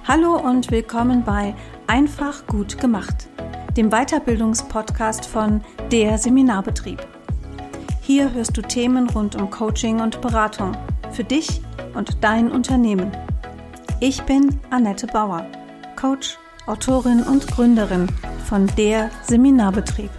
Hallo und willkommen bei Einfach gut gemacht, dem Weiterbildungspodcast von der Seminarbetrieb. Hier hörst du Themen rund um Coaching und Beratung für dich und dein Unternehmen. Ich bin Annette Bauer, Coach, Autorin und Gründerin von der Seminarbetrieb.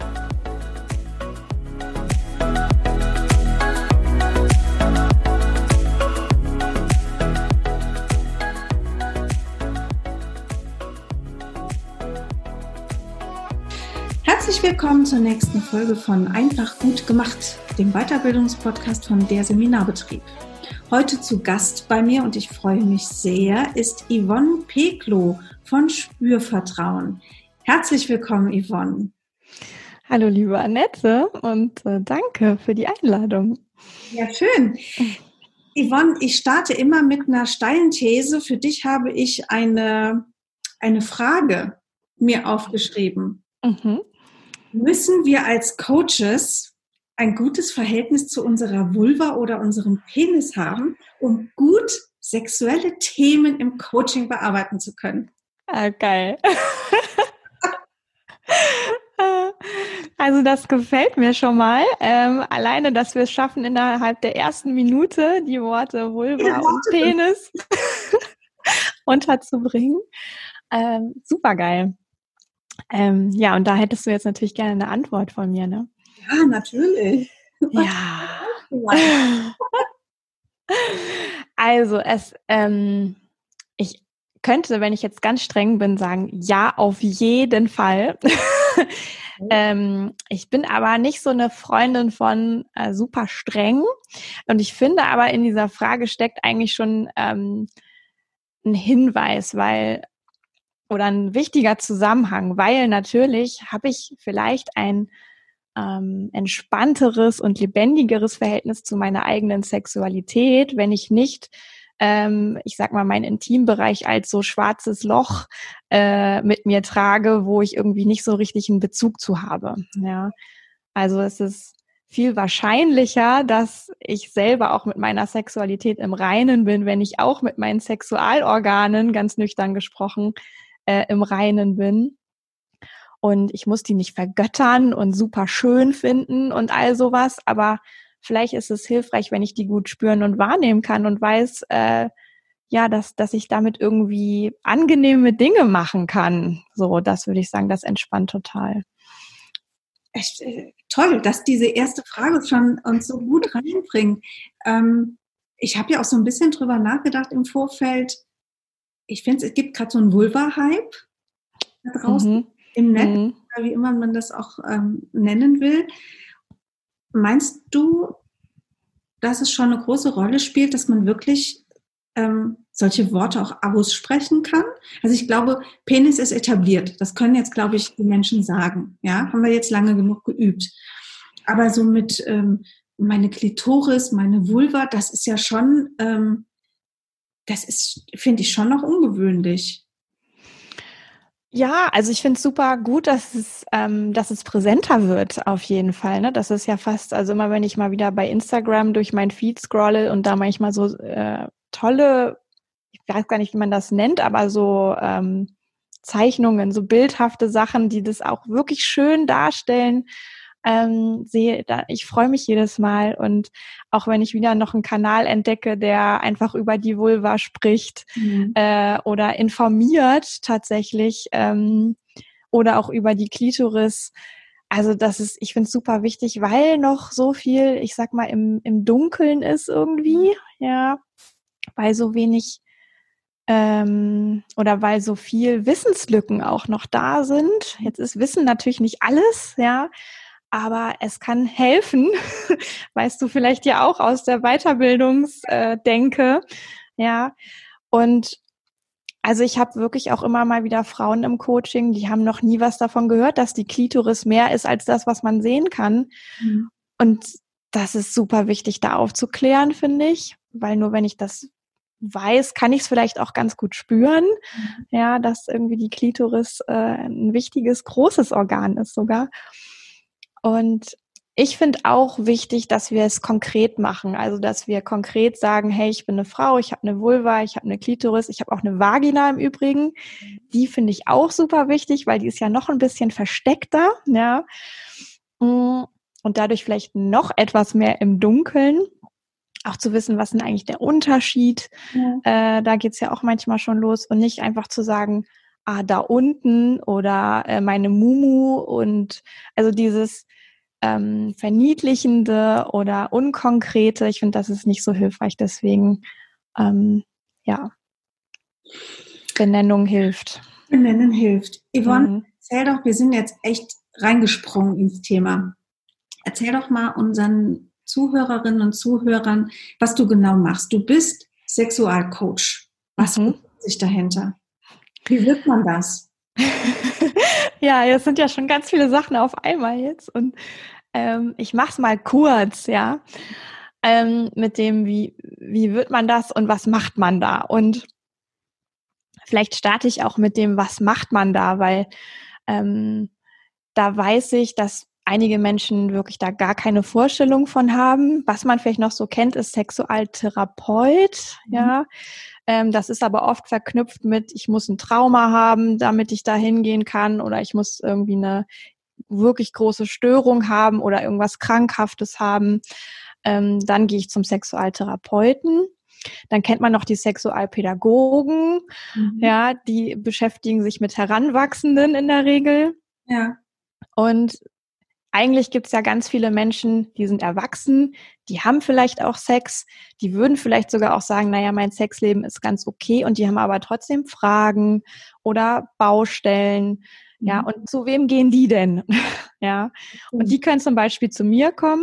Herzlich willkommen zur nächsten Folge von Einfach gut gemacht, dem Weiterbildungspodcast von der Seminarbetrieb. Heute zu Gast bei mir, und ich freue mich sehr, ist Yvonne Peklo von Spürvertrauen. Herzlich willkommen, Yvonne. Hallo, liebe Annette, und danke für die Einladung. Ja, schön. Yvonne, ich starte immer mit einer steilen These. Für dich habe ich eine Frage mir aufgeschrieben. Müssen wir als Coaches ein gutes Verhältnis zu unserer Vulva oder unserem Penis haben, um gut sexuelle Themen im Coaching bearbeiten zu können? Ah, geil. Also das gefällt mir schon mal. Alleine, dass wir es schaffen, innerhalb der ersten Minute die Worte Vulva und Penis unterzubringen. Super geil. Ja, und da hättest du jetzt natürlich gerne eine Antwort von mir, ne? Ja, natürlich. Ja. Also ich könnte, wenn ich jetzt ganz streng bin, sagen, ja, auf jeden Fall. Ich bin aber nicht so eine Freundin von super streng. Und ich finde aber, in dieser Frage steckt eigentlich schon ein Hinweis, oder ein wichtiger Zusammenhang, weil natürlich habe ich vielleicht ein entspannteres und lebendigeres Verhältnis zu meiner eigenen Sexualität, wenn ich nicht, ich sag mal, meinen Intimbereich als so schwarzes Loch mit mir trage, wo ich irgendwie nicht so richtig einen Bezug zu habe. Ja, also es ist viel wahrscheinlicher, dass ich selber auch mit meiner Sexualität im Reinen bin, wenn ich auch mit meinen Sexualorganen, ganz nüchtern gesprochen, im Reinen bin. Und ich muss die nicht vergöttern und super schön finden und all sowas, aber vielleicht ist es hilfreich, wenn ich die gut spüren und wahrnehmen kann und weiß, dass ich damit irgendwie angenehme Dinge machen kann. So, das würde ich sagen, das entspannt total. Echt toll, dass diese erste Frage schon uns so gut reinbringt. Ich habe ja auch so ein bisschen drüber nachgedacht im Vorfeld. Ich finde, es gibt gerade so einen Vulva-Hype da draußen im Netz, wie immer man das auch nennen will. Meinst du, dass es schon eine große Rolle spielt, dass man wirklich solche Worte auch aussprechen kann? Also ich glaube, Penis ist etabliert. Das können jetzt, glaube ich, die Menschen sagen. Ja, haben wir jetzt lange genug geübt. Aber so mit meine Klitoris, meine Vulva, das ist ja schon, finde ich schon noch ungewöhnlich. Ja, also ich finde es super gut, dass es präsenter wird, auf jeden Fall. Ne? Das ist ja fast, also immer wenn ich mal wieder bei Instagram durch mein Feed scrolle und da manchmal so tolle, ich weiß gar nicht, wie man das nennt, aber so Zeichnungen, so bildhafte Sachen, die das auch wirklich schön darstellen, sehe, ich freue mich jedes Mal, und auch wenn ich wieder noch einen Kanal entdecke, der einfach über die Vulva spricht oder informiert tatsächlich oder auch über die Klitoris. Also ich finde es super wichtig, weil noch so viel, ich sag mal, im Dunkeln ist irgendwie, ja, weil so wenig oder weil so viel Wissenslücken auch noch da sind. Jetzt ist Wissen natürlich nicht alles, ja, aber es kann helfen, weißt du vielleicht ja auch aus der Weiterbildungsdenke, ja. Und also ich habe wirklich auch immer mal wieder Frauen im Coaching, die haben noch nie was davon gehört, dass die Klitoris mehr ist als das, was man sehen kann. Und das ist super wichtig, da aufzuklären, finde ich, weil nur wenn ich das weiß, kann ich es vielleicht auch ganz gut spüren, ja, dass irgendwie die Klitoris ein wichtiges, großes Organ ist sogar. Und Ich finde auch wichtig, dass wir es konkret machen. Also, dass wir konkret sagen, hey, ich bin eine Frau, ich habe eine Vulva, ich habe eine Klitoris, ich habe auch eine Vagina im Übrigen. Die finde ich auch super wichtig, weil die ist ja noch ein bisschen versteckter, ja. Und dadurch vielleicht noch etwas mehr im Dunkeln. Auch zu wissen, was ist denn eigentlich der Unterschied? Ja. Da geht's ja auch manchmal schon los. Und nicht einfach zu sagen, da unten oder meine Mumu und also dieses Verniedlichende oder Unkonkrete, ich finde, das ist nicht so hilfreich. Deswegen, ja, Benennung hilft. Benennen hilft. Yvonne, erzähl doch, wir sind jetzt echt reingesprungen ins Thema. Erzähl doch mal unseren Zuhörerinnen und Zuhörern, was du genau machst. Du bist Sexualcoach. Was verbirgt sich dahinter? Wie wird man das? Ja, das sind ja schon ganz viele Sachen auf einmal jetzt und ich mach's mal kurz, ja, mit dem, wie wird man das und was macht man da? Und vielleicht starte ich auch mit dem, was macht man da, weil da weiß ich, dass einige Menschen wirklich da gar keine Vorstellung von haben. Was man vielleicht noch so kennt, ist Sexualtherapeut, ja. Das ist aber oft verknüpft mit, ich muss ein Trauma haben, damit ich da hingehen kann, oder ich muss irgendwie eine wirklich große Störung haben oder irgendwas Krankhaftes haben. Dann gehe ich zum Sexualtherapeuten. Dann kennt man noch die Sexualpädagogen, ja, die beschäftigen sich mit Heranwachsenden in der Regel. Ja. Und eigentlich gibt es ja ganz viele Menschen, die sind erwachsen, die haben vielleicht auch Sex, die würden vielleicht sogar auch sagen, naja, mein Sexleben ist ganz okay, und die haben aber trotzdem Fragen oder Baustellen. Ja, und zu wem gehen die denn? Ja, und die können zum Beispiel zu mir kommen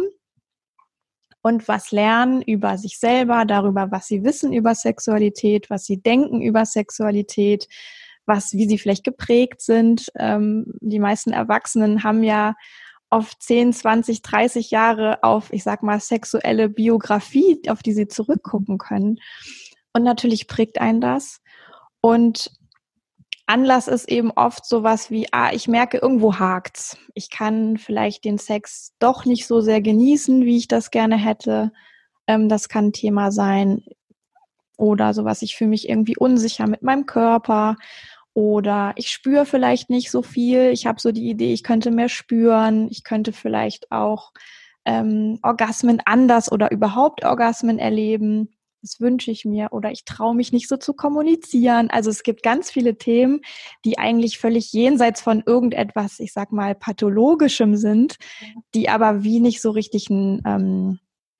und was lernen über sich selber, darüber, was sie wissen über Sexualität, was sie denken über Sexualität, wie sie vielleicht geprägt sind. Die meisten Erwachsenen haben ja oft 10, 20, 30 Jahre auf, ich sag mal, sexuelle Biografie, auf die sie zurückgucken können. Und natürlich prägt einen das. Und Anlass ist eben oft sowas wie, ich merke, irgendwo hakt's. Ich kann vielleicht den Sex doch nicht so sehr genießen, wie ich das gerne hätte. Das kann ein Thema sein. Oder sowas, ich fühle mich irgendwie unsicher mit meinem Körper. Oder ich spüre vielleicht nicht so viel. Ich habe so die Idee, ich könnte mehr spüren. Ich könnte vielleicht auch Orgasmen anders oder überhaupt Orgasmen erleben. Das wünsche ich mir. Oder ich traue mich nicht so zu kommunizieren. Also es gibt ganz viele Themen, die eigentlich völlig jenseits von irgendetwas, ich sag mal, Pathologischem sind, die aber wie nicht so richtig einen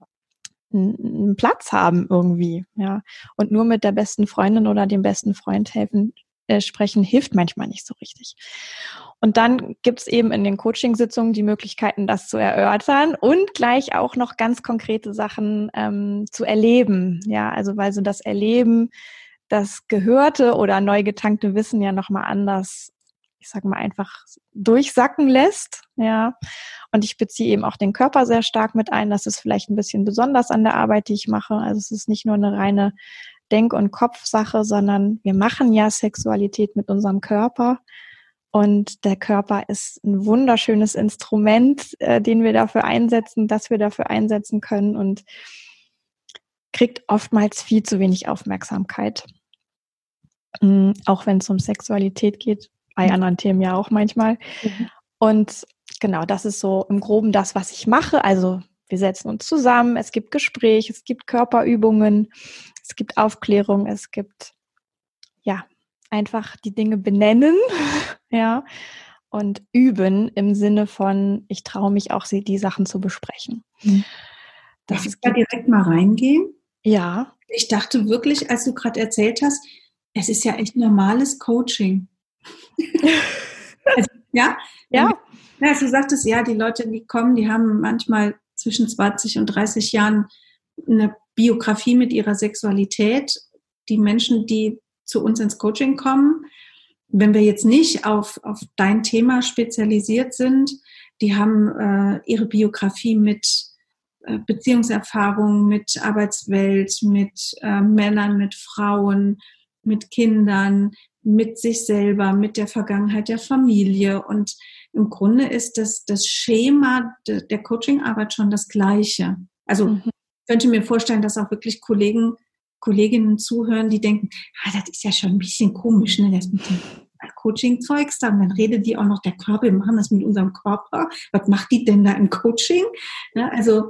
Platz haben irgendwie. Ja. Und nur mit der besten Freundin oder dem besten Freund sprechen hilft manchmal nicht so richtig. Und dann gibt es eben in den Coachingsitzungen die Möglichkeiten, das zu erörtern und gleich auch noch ganz konkrete Sachen zu erleben. Ja, also weil so das Erleben, das gehörte oder neu getankte Wissen ja nochmal anders, ich sag mal, einfach durchsacken lässt. Ja, und ich beziehe eben auch den Körper sehr stark mit ein. Das ist vielleicht ein bisschen besonders an der Arbeit, die ich mache. Also es ist nicht nur eine reine Denk- und Kopfsache, sondern wir machen ja Sexualität mit unserem Körper. Und der Körper ist ein wunderschönes Instrument, den wir dafür einsetzen, das wir dafür einsetzen können, und kriegt oftmals viel zu wenig Aufmerksamkeit. Auch wenn es um Sexualität geht, bei anderen Themen ja auch manchmal. Und genau, das ist so im Groben das, was ich mache. Also wir setzen uns zusammen, es gibt Gespräche, es gibt Körperübungen, es gibt Aufklärung, es gibt ja einfach die Dinge benennen, ja, und üben im Sinne von, ich traue mich auch, die Sachen zu besprechen. Darf ich da direkt mal reingehen? Ja. Ich dachte wirklich, als du gerade erzählt hast, es ist ja echt normales Coaching. Also, ja? Ja. Ja, als du sagtest, ja, die Leute, die kommen, die haben manchmal zwischen 20 und 30 Jahren eine Biografie mit ihrer Sexualität. Die Menschen, die zu uns ins Coaching kommen, wenn wir jetzt nicht auf dein Thema spezialisiert sind, die haben ihre Biografie mit Beziehungserfahrung, mit Arbeitswelt, mit Männern, mit Frauen, mit Kindern, mit sich selber, mit der Vergangenheit der Familie. Und im Grunde ist das Schema der Coachingarbeit schon das Gleiche. Also ich könnte mir vorstellen, dass auch wirklich Kolleginnen zuhören, die denken, das ist ja schon ein bisschen komisch, ne? Das mit dem Coaching-Zeugs da. Und dann redet die auch noch der Körper, wir machen das mit unserem Körper. Was macht die denn da im Coaching? Ja, also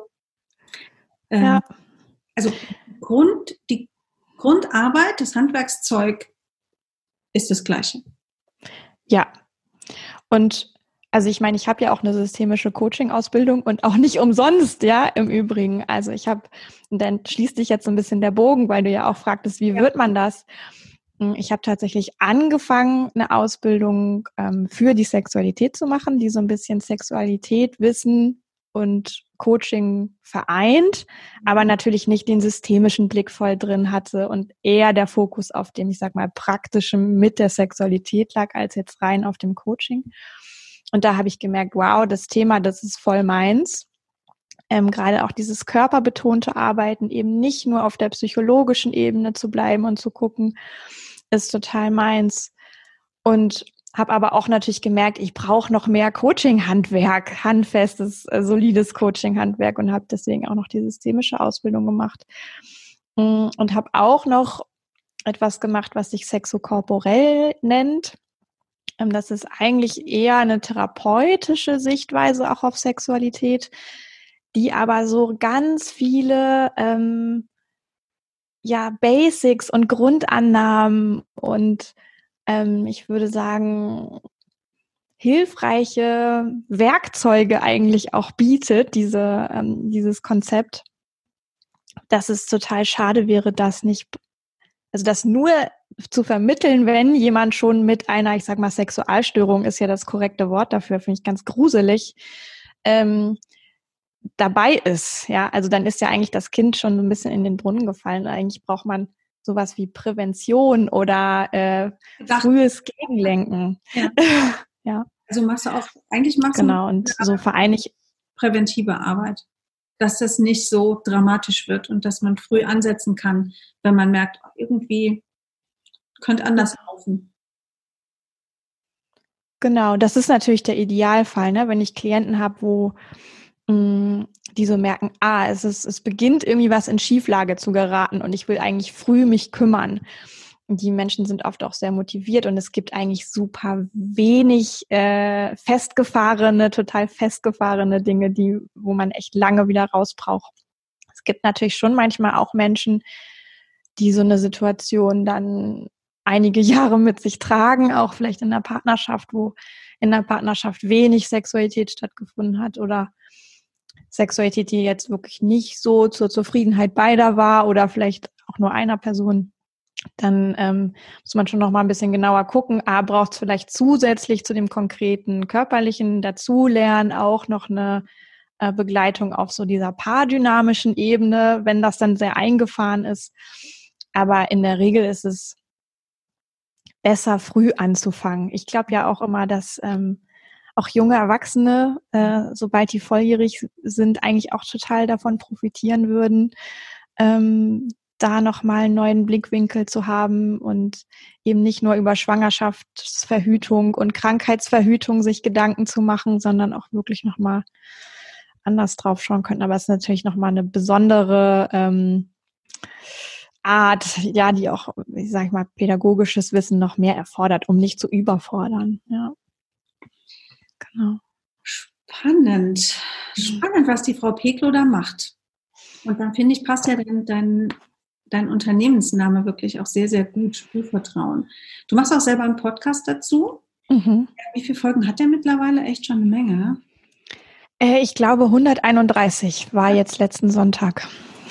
die Grundarbeit, das Handwerkszeug ist das Gleiche. Ja. Und also ich meine, ich habe ja auch eine systemische Coaching-Ausbildung und auch nicht umsonst, ja, im Übrigen. Also und dann schließt sich jetzt so ein bisschen der Bogen, weil du ja auch fragtest, wie wird man das? Ich habe tatsächlich angefangen, eine Ausbildung für die Sexualität zu machen, die so ein bisschen Sexualität, Wissen und Coaching vereint, aber natürlich nicht den systemischen Blick voll drin hatte und eher der Fokus auf dem, ich sag mal, praktischen mit der Sexualität lag, als jetzt rein auf dem Coaching. Und da habe ich gemerkt, wow, das Thema, das ist voll meins. Gerade auch dieses körperbetonte Arbeiten, eben nicht nur auf der psychologischen Ebene zu bleiben und zu gucken, ist total meins. Und habe aber auch natürlich gemerkt, ich brauche noch mehr Coaching-Handwerk, handfestes, solides Coaching-Handwerk und habe deswegen auch noch die systemische Ausbildung gemacht. Und habe auch noch etwas gemacht, was sich sexokorporell nennt. Das ist eigentlich eher eine therapeutische Sichtweise auch auf Sexualität, die aber so ganz viele Basics und Grundannahmen und ich würde sagen, hilfreiche Werkzeuge eigentlich auch bietet, dieses Konzept, dass es total schade wäre, das nur zu vermitteln, wenn jemand schon mit einer, ich sag mal, Sexualstörung ist ja das korrekte Wort dafür, finde ich ganz gruselig, dabei ist. Ja, also dann ist ja eigentlich das Kind schon so ein bisschen in den Brunnen gefallen. Eigentlich braucht man sowas wie Prävention oder frühes Gegenlenken. Ja. Ja. Also machst du genau, und so vereine ich präventive Arbeit, dass das nicht so dramatisch wird und dass man früh ansetzen kann, wenn man merkt, irgendwie könnte anders laufen. Genau, das ist natürlich der Idealfall, ne? Wenn ich Klienten habe, wo die so merken, es beginnt irgendwie was in Schieflage zu geraten und ich will eigentlich früh mich kümmern. Und die Menschen sind oft auch sehr motiviert und es gibt eigentlich super wenig total festgefahrene Dinge, wo man echt lange wieder raus braucht. Es gibt natürlich schon manchmal auch Menschen, die so eine Situation dann einige Jahre mit sich tragen, auch vielleicht in einer Partnerschaft, wo in der Partnerschaft wenig Sexualität stattgefunden hat oder Sexualität, die jetzt wirklich nicht so zur Zufriedenheit beider war oder vielleicht auch nur einer Person, dann muss man schon noch mal ein bisschen genauer gucken. Braucht es vielleicht zusätzlich zu dem konkreten körperlichen Dazulernen auch noch eine Begleitung auf so dieser paardynamischen Ebene, wenn das dann sehr eingefahren ist. Aber in der Regel ist es besser, früh anzufangen. Ich glaube ja auch immer, dass auch junge Erwachsene, sobald die volljährig sind, eigentlich auch total davon profitieren würden, da nochmal einen neuen Blickwinkel zu haben und eben nicht nur über Schwangerschaftsverhütung und Krankheitsverhütung sich Gedanken zu machen, sondern auch wirklich nochmal anders drauf schauen könnten. Aber es ist natürlich nochmal eine besondere Art, ja, die auch, ich sag mal, pädagogisches Wissen noch mehr erfordert, um nicht zu überfordern. Ja. Genau. Spannend, was die Frau Peklo da macht. Und dann finde ich, passt ja dein Unternehmensname wirklich auch sehr, sehr gut, Spürvertrauen. Du machst auch selber einen Podcast dazu. Mhm. Wie viele Folgen hat der mittlerweile? Echt schon eine Menge, ne? Ich glaube 131 war jetzt letzten Sonntag.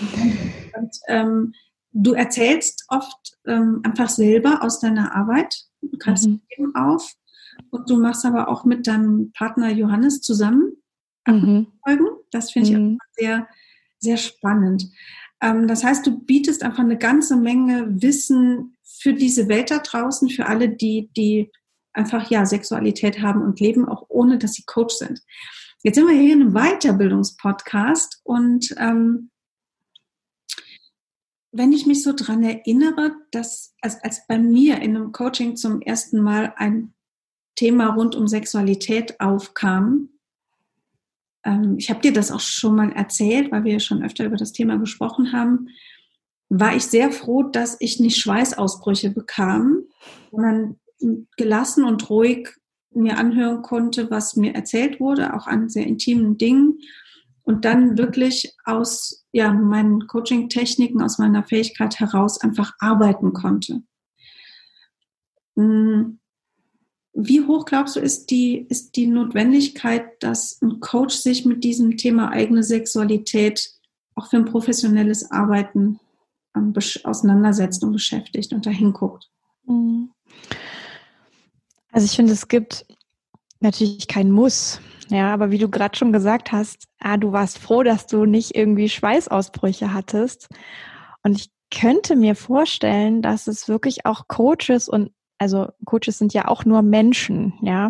Und du erzählst oft einfach selber aus deiner Arbeit, du kannst Themen auf und du machst aber auch mit deinem Partner Johannes zusammen Folgen. Das finde ich auch sehr, sehr spannend. Das heißt, du bietest einfach eine ganze Menge Wissen für diese Welt da draußen, für alle, die einfach Sexualität haben und leben, auch ohne, dass sie Coach sind. Jetzt sind wir hier in einem Weiterbildungspodcast und wenn ich mich so dran erinnere, dass als bei mir in einem Coaching zum ersten Mal ein Thema rund um Sexualität aufkam, ich habe dir das auch schon mal erzählt, weil wir ja schon öfter über das Thema gesprochen haben, war ich sehr froh, dass ich nicht Schweißausbrüche bekam, sondern gelassen und ruhig mir anhören konnte, was mir erzählt wurde, auch an sehr intimen Dingen. Und dann wirklich aus meinen Coaching-Techniken, aus meiner Fähigkeit heraus einfach arbeiten konnte. Wie hoch, glaubst du, ist die Notwendigkeit, dass ein Coach sich mit diesem Thema eigene Sexualität auch für ein professionelles Arbeiten auseinandersetzt und beschäftigt und da hinguckt? Also ich finde, es gibt natürlich kein Muss. Ja, aber wie du gerade schon gesagt hast, du warst froh, dass du nicht irgendwie Schweißausbrüche hattest. Und ich könnte mir vorstellen, dass es wirklich auch Coaches also Coaches sind ja auch nur Menschen, ja,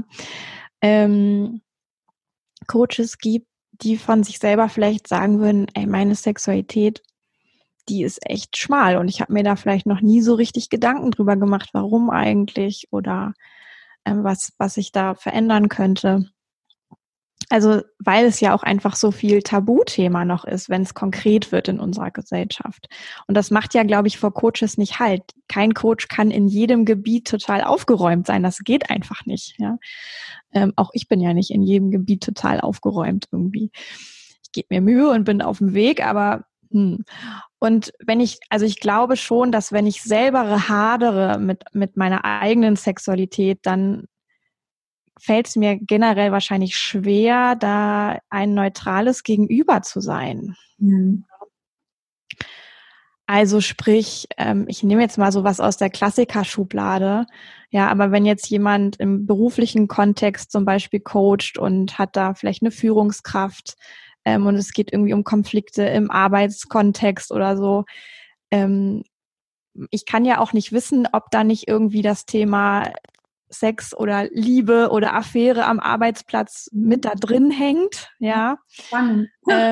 Coaches gibt, die von sich selber vielleicht sagen würden, ey, meine Sexualität, die ist echt schmal und ich habe mir da vielleicht noch nie so richtig Gedanken drüber gemacht, warum eigentlich oder was ich da verändern könnte. Also, weil es ja auch einfach so viel Tabuthema noch ist, wenn es konkret wird in unserer Gesellschaft. Und das macht ja, glaube ich, vor Coaches nicht halt. Kein Coach kann in jedem Gebiet total aufgeräumt sein. Das geht einfach nicht. Ja? Auch ich bin ja nicht in jedem Gebiet total aufgeräumt irgendwie. Ich gebe mir Mühe und bin auf dem Weg, aber Und ich glaube schon, dass wenn ich selber hadere mit meiner eigenen Sexualität, dann fällt es mir generell wahrscheinlich schwer, da ein neutrales Gegenüber zu sein. Also sprich, ich nehme jetzt mal sowas aus der Klassikerschublade, ja, aber wenn jetzt jemand im beruflichen Kontext zum Beispiel coacht und hat da vielleicht eine Führungskraft und es geht irgendwie um Konflikte im Arbeitskontext oder so, ich kann ja auch nicht wissen, ob da nicht irgendwie das Thema Sex oder Liebe oder Affäre am Arbeitsplatz mit da drin hängt, ja. Spannend.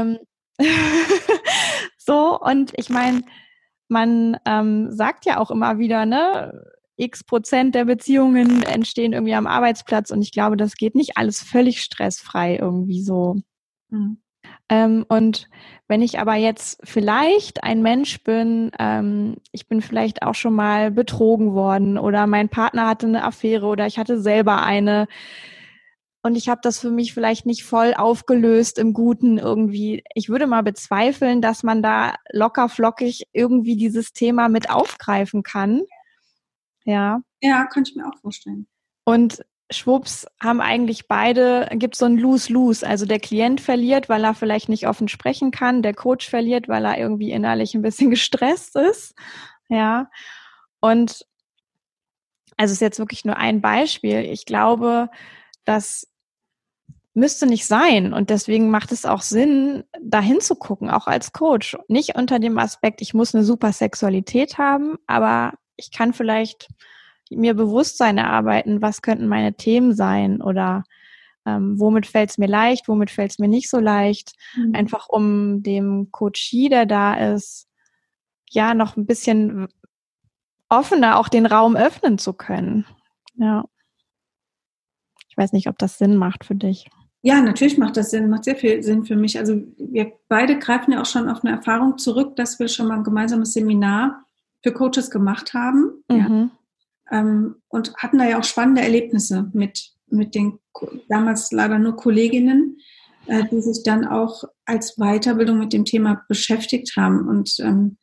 So, und ich meine, man sagt ja auch immer wieder, ne, X% der Beziehungen entstehen irgendwie am Arbeitsplatz und ich glaube, das geht nicht alles völlig stressfrei irgendwie so. Und wenn ich aber jetzt vielleicht ein Mensch bin, ich bin vielleicht auch schon mal betrogen worden oder mein Partner hatte eine Affäre oder ich hatte selber eine und ich habe das für mich vielleicht nicht voll aufgelöst im Guten irgendwie. Ich würde mal bezweifeln, dass man da locker flockig irgendwie dieses Thema mit aufgreifen kann. Ja. Ja, könnte ich mir auch vorstellen. Und schwupps gibt es so ein Lose-Lose. Also der Klient verliert, weil er vielleicht nicht offen sprechen kann. Der Coach verliert, weil er irgendwie innerlich ein bisschen gestresst ist. Ja. Und also ist jetzt wirklich nur ein Beispiel. Ich glaube, das müsste nicht sein. Und deswegen macht es auch Sinn, da hinzugucken, auch als Coach. Nicht unter dem Aspekt, ich muss eine super Sexualität haben, aber ich kann vielleicht mir Bewusstsein erarbeiten, was könnten meine Themen sein oder womit fällt es mir leicht, womit fällt es mir nicht so leicht, einfach um dem Coachee, der da ist, ja, noch ein bisschen offener auch den Raum öffnen zu können. Ja. Ich weiß nicht, ob das Sinn macht für dich. Ja, natürlich macht das Sinn, macht sehr viel Sinn für mich. Also wir beide greifen ja auch schon auf eine Erfahrung zurück, dass wir schon mal ein gemeinsames Seminar für Coaches gemacht haben. Ja. Und hatten da ja auch spannende Erlebnisse mit den damals leider nur Kolleginnen, die sich dann auch als Weiterbildung mit dem Thema beschäftigt haben. Und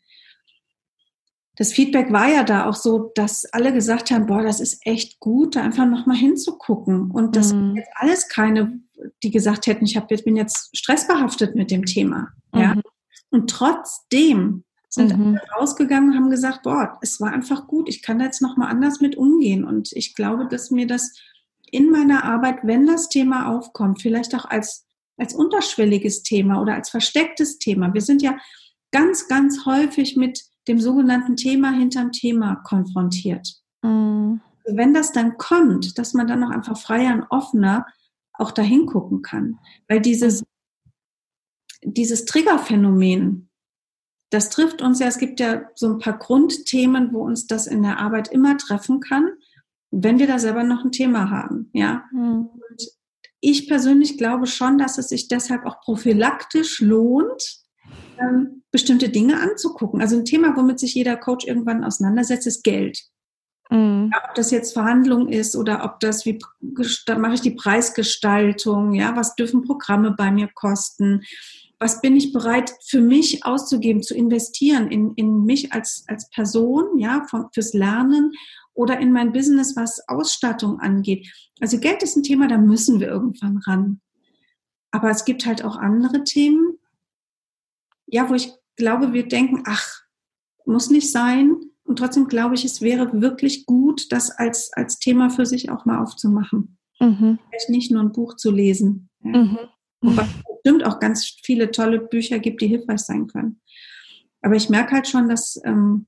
das Feedback war ja da auch so, dass alle gesagt haben, boah, das ist echt gut, da einfach nochmal hinzugucken. Und das sind jetzt alles keine, die gesagt hätten, bin jetzt stressbehaftet mit dem Thema. Ja? Und trotzdem sind alle rausgegangen und haben gesagt, boah, es war einfach gut, ich kann da jetzt nochmal anders mit umgehen. Und ich glaube, dass mir das in meiner Arbeit, wenn das Thema aufkommt, vielleicht auch als unterschwelliges Thema oder als verstecktes Thema. Wir sind ja ganz, ganz häufig mit dem sogenannten Thema hinterm Thema konfrontiert. Wenn das dann kommt, dass man dann noch einfach freier und offener auch dahin gucken kann. Weil dieses Triggerphänomen, das trifft uns ja, es gibt ja so ein paar Grundthemen, wo uns das in der Arbeit immer treffen kann, wenn wir da selber noch ein Thema haben, ja. Und ich persönlich glaube schon, dass es sich deshalb auch prophylaktisch lohnt, bestimmte Dinge anzugucken. Also ein Thema, womit sich jeder Coach irgendwann auseinandersetzt, ist Geld. Ja, ob das jetzt Verhandlung ist oder ob das, wie mache ich die Preisgestaltung, ja, was dürfen Programme bei mir kosten, was bin ich bereit für mich auszugeben, zu investieren in mich als Person, ja, fürs Lernen oder in mein Business, was Ausstattung angeht. Also Geld ist ein Thema, da müssen wir irgendwann ran. Aber es gibt halt auch andere Themen, ja, wo ich glaube, wir denken, ach, muss nicht sein. Und trotzdem glaube ich, es wäre wirklich gut, das als Thema für sich auch mal aufzumachen. Vielleicht nicht nur ein Buch zu lesen. Ja. Wobei es bestimmt auch ganz viele tolle Bücher gibt, die hilfreich sein können. Aber ich merke halt schon, dass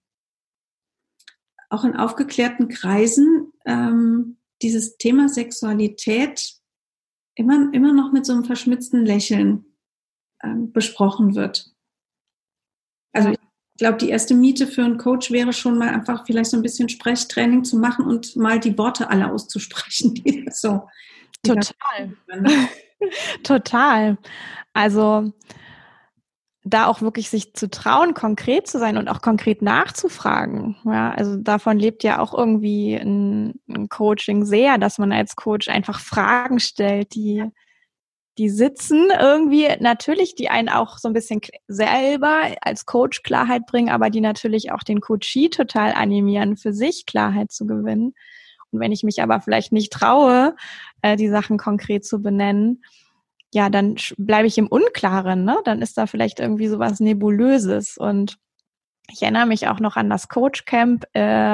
auch in aufgeklärten Kreisen dieses Thema Sexualität immer noch mit so einem verschmitzten Lächeln besprochen wird. Also ich glaube, die erste Miete für einen Coach wäre schon mal einfach vielleicht so ein bisschen Sprechtraining zu machen und mal die Worte alle auszusprechen. Total. Total. Also da auch wirklich sich zu trauen, konkret zu sein und auch konkret nachzufragen. Ja, also davon lebt ja auch irgendwie ein Coaching sehr, dass man als Coach einfach Fragen stellt, die sitzen irgendwie natürlich, die einen auch so ein bisschen selber als Coach Klarheit bringen, aber die natürlich auch den Coachee total animieren, für sich Klarheit zu gewinnen. Und wenn ich mich aber vielleicht nicht traue, die Sachen konkret zu benennen, ja, dann bleibe ich im Unklaren, ne? Dann ist da vielleicht irgendwie sowas Nebulöses. Und ich erinnere mich auch noch an das Coach Camp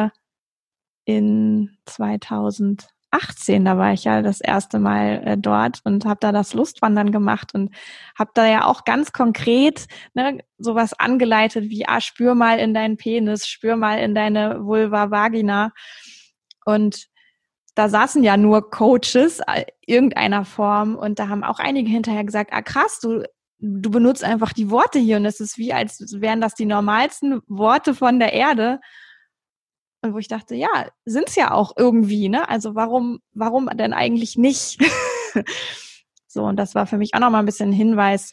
in 2018, da war ich ja das erste Mal dort und habe da das Lustwandern gemacht und habe da ja auch ganz konkret sowas angeleitet wie, spür mal in deinen Penis, spür mal in deine Vulva, Vagina. Und da saßen ja nur Coaches irgendeiner Form und da haben auch einige hinterher gesagt, krass, du benutzt einfach die Worte hier und es ist wie, als wären das die normalsten Worte von der Erde. Und wo ich dachte, ja, sind's ja auch irgendwie, ne? Also warum denn eigentlich nicht? So, und das war für mich auch nochmal ein bisschen ein Hinweis.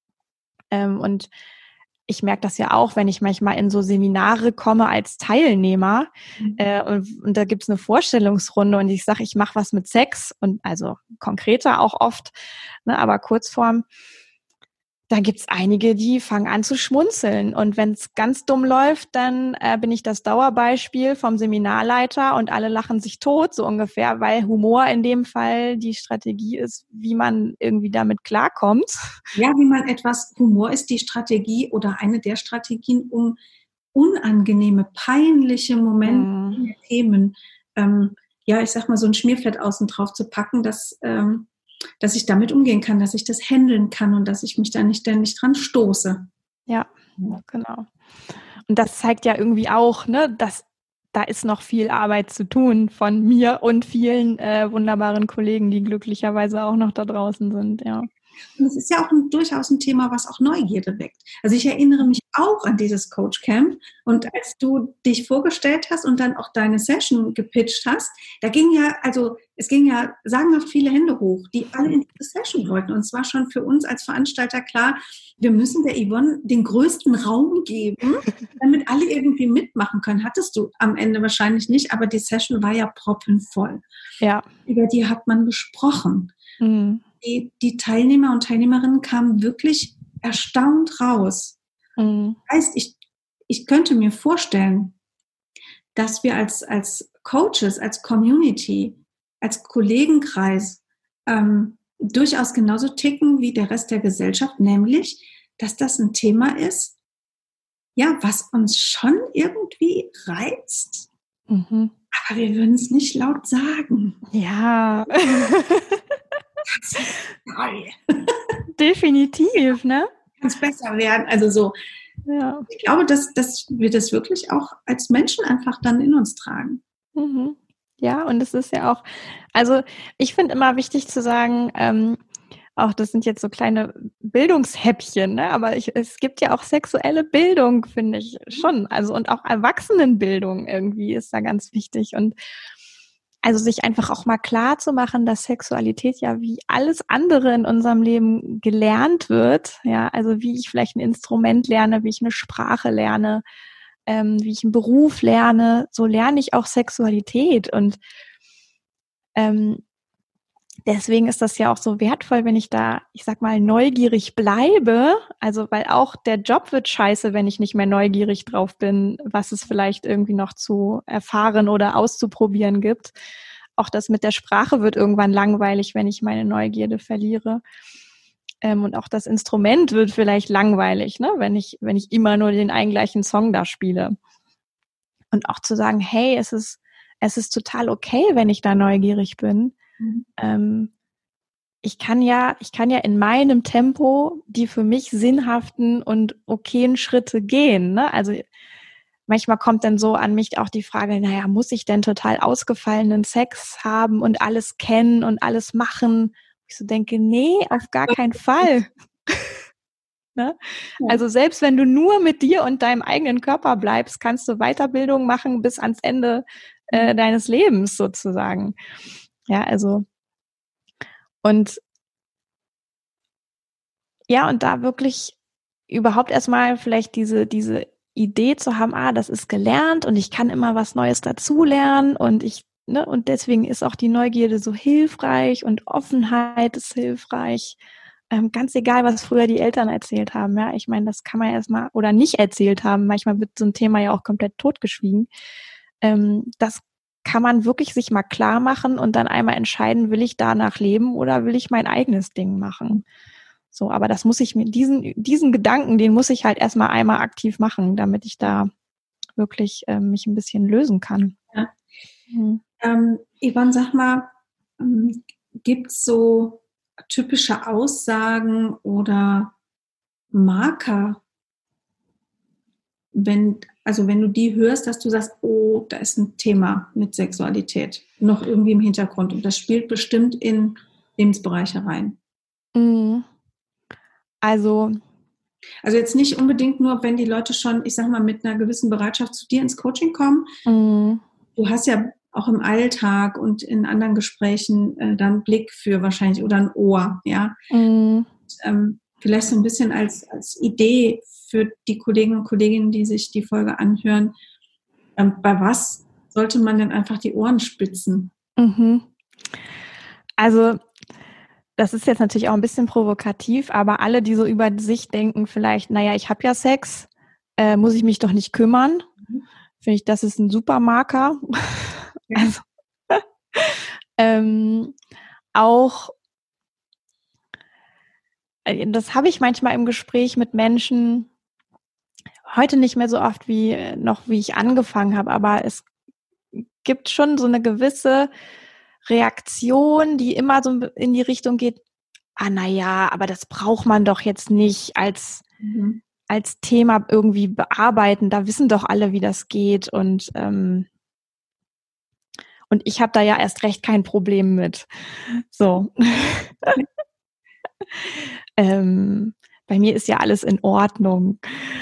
Und ich merke das ja auch, wenn ich manchmal in so Seminare komme als Teilnehmer und da gibt's eine Vorstellungsrunde und ich sage, ich mache was mit Sex und also konkreter auch oft, ne, aber Kurzform. Dann gibt's einige, die fangen an zu schmunzeln. Und wenn es ganz dumm läuft, dann bin ich das Dauerbeispiel vom Seminarleiter und alle lachen sich tot, so ungefähr, weil Humor in dem Fall die Strategie ist, wie man irgendwie damit klarkommt. Ja, Humor ist die Strategie oder eine der Strategien, um unangenehme, peinliche Momente, Themen, ich sag mal, so ein Schmierfett außen drauf zu packen, dass ich damit umgehen kann, dass ich das handeln kann und dass ich mich da nicht ständig dran stoße. Ja, genau. Und das zeigt ja irgendwie auch, ne, dass da ist noch viel Arbeit zu tun von mir und vielen wunderbaren Kollegen, die glücklicherweise auch noch da draußen sind, ja. Und es ist ja auch durchaus ein Thema, was auch Neugierde weckt. Also ich erinnere mich auch an dieses Coach Camp und als du dich vorgestellt hast und dann auch deine Session gepitcht hast, es ging ja sagenhaft viele Hände hoch, die alle in diese Session wollten. Und es war schon für uns als Veranstalter klar, wir müssen der Yvonne den größten Raum geben, damit alle irgendwie mitmachen können. Hattest du am Ende wahrscheinlich nicht, aber die Session war ja proppenvoll. Ja. Über die hat man gesprochen. Die Teilnehmer und Teilnehmerinnen kamen wirklich erstaunt raus. Das heißt, ich könnte mir vorstellen, dass wir als Coaches, als Community, als Kollegenkreis durchaus genauso ticken wie der Rest der Gesellschaft, nämlich, dass das ein Thema ist, ja, was uns schon irgendwie reizt, aber wir würden es nicht laut sagen. Ja. Definitiv, ne? Kann es besser werden. Also so. Ja. Ich glaube, dass wir das wirklich auch als Menschen einfach dann in uns tragen. Ja, und es ist ja auch, also ich finde immer wichtig zu sagen, auch, das sind jetzt so kleine Bildungshäppchen, ne? Aber es gibt ja auch sexuelle Bildung, finde ich schon. Also und auch Erwachsenenbildung irgendwie ist da ganz wichtig. Und also sich einfach auch mal klar zu machen, dass Sexualität ja wie alles andere in unserem Leben gelernt wird. Ja, also wie ich vielleicht ein Instrument lerne, wie ich eine Sprache lerne, wie ich einen Beruf lerne, so lerne ich auch Sexualität. Und deswegen ist das ja auch so wertvoll, wenn ich da, ich sag mal, neugierig bleibe. Also, weil auch der Job wird scheiße, wenn ich nicht mehr neugierig drauf bin, was es vielleicht irgendwie noch zu erfahren oder auszuprobieren gibt. Auch das mit der Sprache wird irgendwann langweilig, wenn ich meine Neugierde verliere. Und auch das Instrument wird vielleicht langweilig, ne, wenn ich immer nur den einen gleichen Song da spiele. Und auch zu sagen, hey, es ist total okay, wenn ich da neugierig bin. Ich kann ja in meinem Tempo die für mich sinnhaften und okayen Schritte gehen, ne? Also manchmal kommt dann so an mich auch die Frage, naja, muss ich denn total ausgefallenen Sex haben und alles kennen und alles machen? Ich so denke, nee, auf gar keinen Fall. Ne? Ja. Also selbst wenn du nur mit dir und deinem eigenen Körper bleibst, kannst du Weiterbildung machen bis ans Ende deines Lebens sozusagen. Ja, also und ja, und da wirklich überhaupt erstmal vielleicht diese Idee zu haben, das ist gelernt und ich kann immer was Neues dazulernen und und deswegen ist auch die Neugierde so hilfreich und Offenheit ist hilfreich. Ganz egal, was früher die Eltern erzählt haben, ja. Ich meine, das kann man erstmal oder nicht erzählt haben. Manchmal wird so ein Thema ja auch komplett totgeschwiegen. Das kann man wirklich sich mal klar machen und dann einmal entscheiden, will ich danach leben oder will ich mein eigenes Ding machen? So, aber das muss ich mir, diesen Gedanken, den muss ich halt erstmal einmal aktiv machen, damit ich da wirklich mich ein bisschen lösen kann. Ja. Yvonne, sag mal, gibt's so typische Aussagen oder Marker, wenn du die hörst, dass du sagst, oh, da ist ein Thema mit Sexualität noch irgendwie im Hintergrund und das spielt bestimmt in Lebensbereiche rein. Also jetzt nicht unbedingt nur, wenn die Leute schon, ich sag mal, mit einer gewissen Bereitschaft zu dir ins Coaching kommen. Du hast ja auch im Alltag und in anderen Gesprächen dann einen Blick für wahrscheinlich oder ein Ohr, ja. Vielleicht so ein bisschen als Idee für die Kolleginnen und Kollegen, die sich die Folge anhören. Bei was sollte man denn einfach die Ohren spitzen? Also das ist jetzt natürlich auch ein bisschen provokativ, aber alle, die so über sich denken, vielleicht, naja, ich habe ja Sex, muss ich mich doch nicht kümmern. Finde ich, das ist ein super Marker. Ja. Also, auch, das habe ich manchmal im Gespräch mit Menschen, heute nicht mehr so oft wie ich angefangen habe, aber es gibt schon so eine gewisse Reaktion, die immer so in die Richtung geht, naja, aber das braucht man doch jetzt nicht als Thema irgendwie bearbeiten. Da wissen doch alle, wie das geht. Und ich habe da ja erst recht kein Problem mit. So. Bei mir ist ja alles in Ordnung.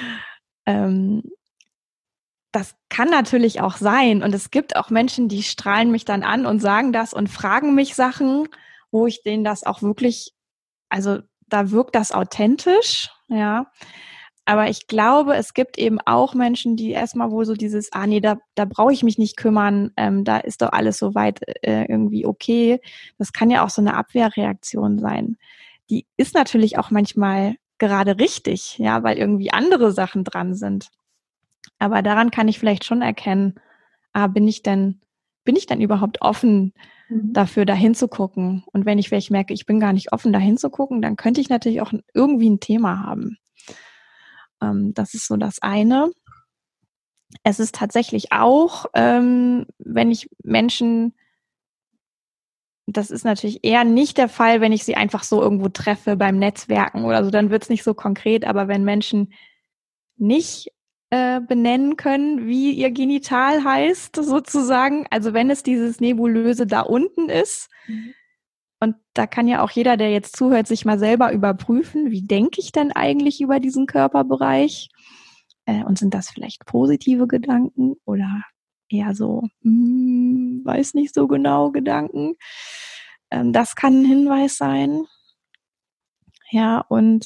Das kann natürlich auch sein. Und es gibt auch Menschen, die strahlen mich dann an und sagen das und fragen mich Sachen, wo ich denen das auch wirklich, also da wirkt das authentisch, ja. Aber ich glaube, es gibt eben auch Menschen, die erstmal wohl so dieses, nee, da brauche ich mich nicht kümmern, da ist doch alles soweit irgendwie okay. Das kann ja auch so eine Abwehrreaktion sein. Die ist natürlich auch manchmal gerade richtig, ja, weil irgendwie andere Sachen dran sind. Aber daran kann ich vielleicht schon erkennen, bin ich denn überhaupt offen dafür, da hinzugucken? Und wenn ich vielleicht merke, ich bin gar nicht offen, da hinzugucken, dann könnte ich natürlich auch irgendwie ein Thema haben. Das ist so das eine. Es ist tatsächlich auch, wenn ich Menschen, das ist natürlich eher nicht der Fall, wenn ich sie einfach so irgendwo treffe beim Netzwerken oder so, dann wird es nicht so konkret, aber wenn Menschen nicht benennen können, wie ihr Genital heißt, sozusagen, also wenn es dieses Nebulöse da unten ist, Und da kann ja auch jeder, der jetzt zuhört, sich mal selber überprüfen, wie denke ich denn eigentlich über diesen Körperbereich? Und sind das vielleicht positive Gedanken oder eher so, weiß nicht so genau Gedanken? Das kann ein Hinweis sein. Ja,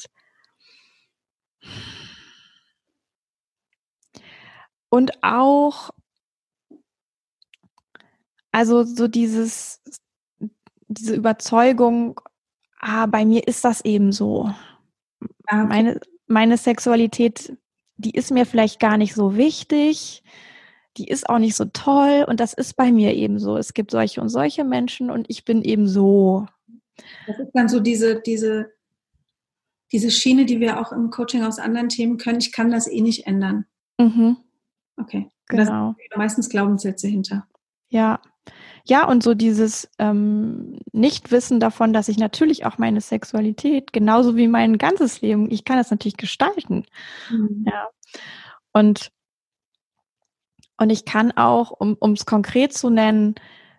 und auch, also so diese Überzeugung, bei mir ist das eben so. Okay. Meine Sexualität, die ist mir vielleicht gar nicht so wichtig, die ist auch nicht so toll und das ist bei mir eben so. Es gibt solche und solche Menschen und ich bin eben so. Das ist dann so diese Schiene, die wir auch im Coaching aus anderen Themen können. Ich kann das eh nicht ändern. Mhm, Okay. Und da sind genau. meistens Glaubenssätze hinter. Ja. Ja, und so dieses Nichtwissen davon, dass ich natürlich auch meine Sexualität, genauso wie mein ganzes Leben, ich kann das natürlich gestalten. Mhm. Ja. Und ich kann auch, um es konkret zu nennen,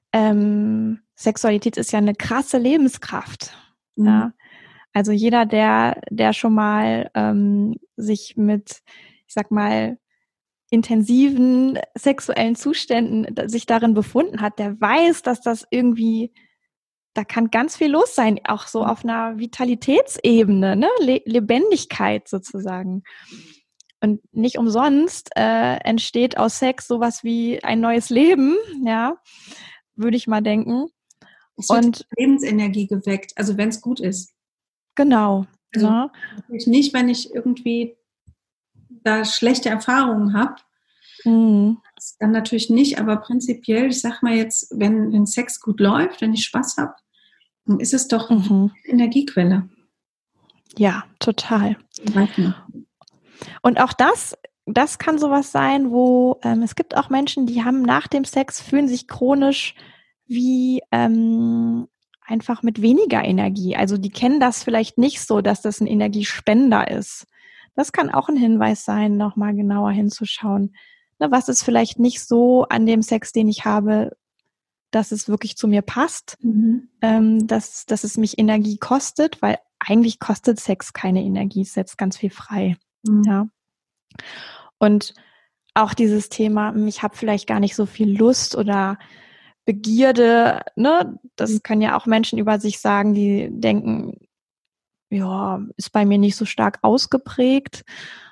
Sexualität ist ja eine krasse Lebenskraft. Mhm. Ja. Also jeder, der schon mal sich mit, ich sag mal, intensiven sexuellen Zuständen sich darin befunden hat, der weiß, dass das irgendwie, da kann ganz viel los sein, auch so auf einer Vitalitätsebene, ne? Lebendigkeit sozusagen. Und nicht umsonst entsteht aus Sex sowas wie ein neues Leben, ja, würde ich mal denken. Es wird Und Lebensenergie geweckt, also wenn es gut ist. genau, Also ne? natürlich nicht, wenn ich irgendwie da schlechte Erfahrungen habe, Mhm. dann natürlich nicht, aber prinzipiell, ich sag mal jetzt, wenn Sex gut läuft, wenn ich Spaß habe, dann ist es doch eine Mhm. Energiequelle. Ja, total. Weiß man. Und auch das kann sowas sein, wo es gibt auch Menschen, die haben nach dem Sex, fühlen sich chronisch wie einfach mit weniger Energie. Also die kennen das vielleicht nicht so, dass das ein Energiespender ist. Das kann auch ein Hinweis sein, nochmal genauer hinzuschauen. Ne, was ist vielleicht nicht so an dem Sex, den ich habe, dass es wirklich zu mir passt, Mhm. dass es mich Energie kostet, weil eigentlich kostet Sex keine Energie, es setzt ganz viel frei. Mhm. Ja. Und auch dieses Thema, ich habe vielleicht gar nicht so viel Lust oder Begierde, ne? Das können ja auch Menschen über sich sagen, die denken, ja, ist bei mir nicht so stark ausgeprägt.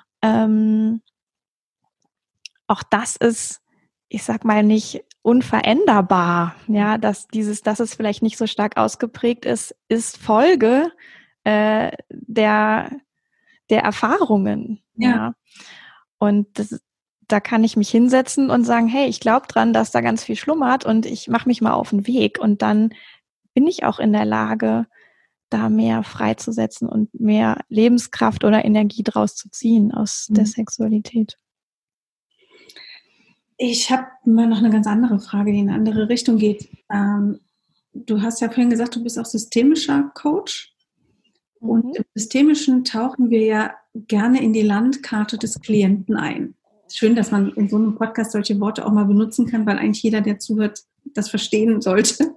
Auch das ist, ich sag mal, nicht unveränderbar. Ja, dass es vielleicht nicht so stark ausgeprägt ist, ist Folge der Erfahrungen. Ja. Ja. Und da kann ich mich hinsetzen und sagen, hey, ich glaube dran, dass da ganz viel schlummert und ich mache mich mal auf den Weg. Und dann bin ich auch in der Lage, da mehr freizusetzen und mehr Lebenskraft oder Energie draus zu ziehen aus der Mhm. Sexualität. Ich habe mal noch eine ganz andere Frage, die in eine andere Richtung geht. Du hast ja vorhin gesagt, du bist auch systemischer Coach. Und Mhm. im Systemischen tauchen wir ja gerne in die Landkarte des Klienten ein. Schön, dass man in so einem Podcast solche Worte auch mal benutzen kann, weil eigentlich jeder, der zuhört, das verstehen sollte.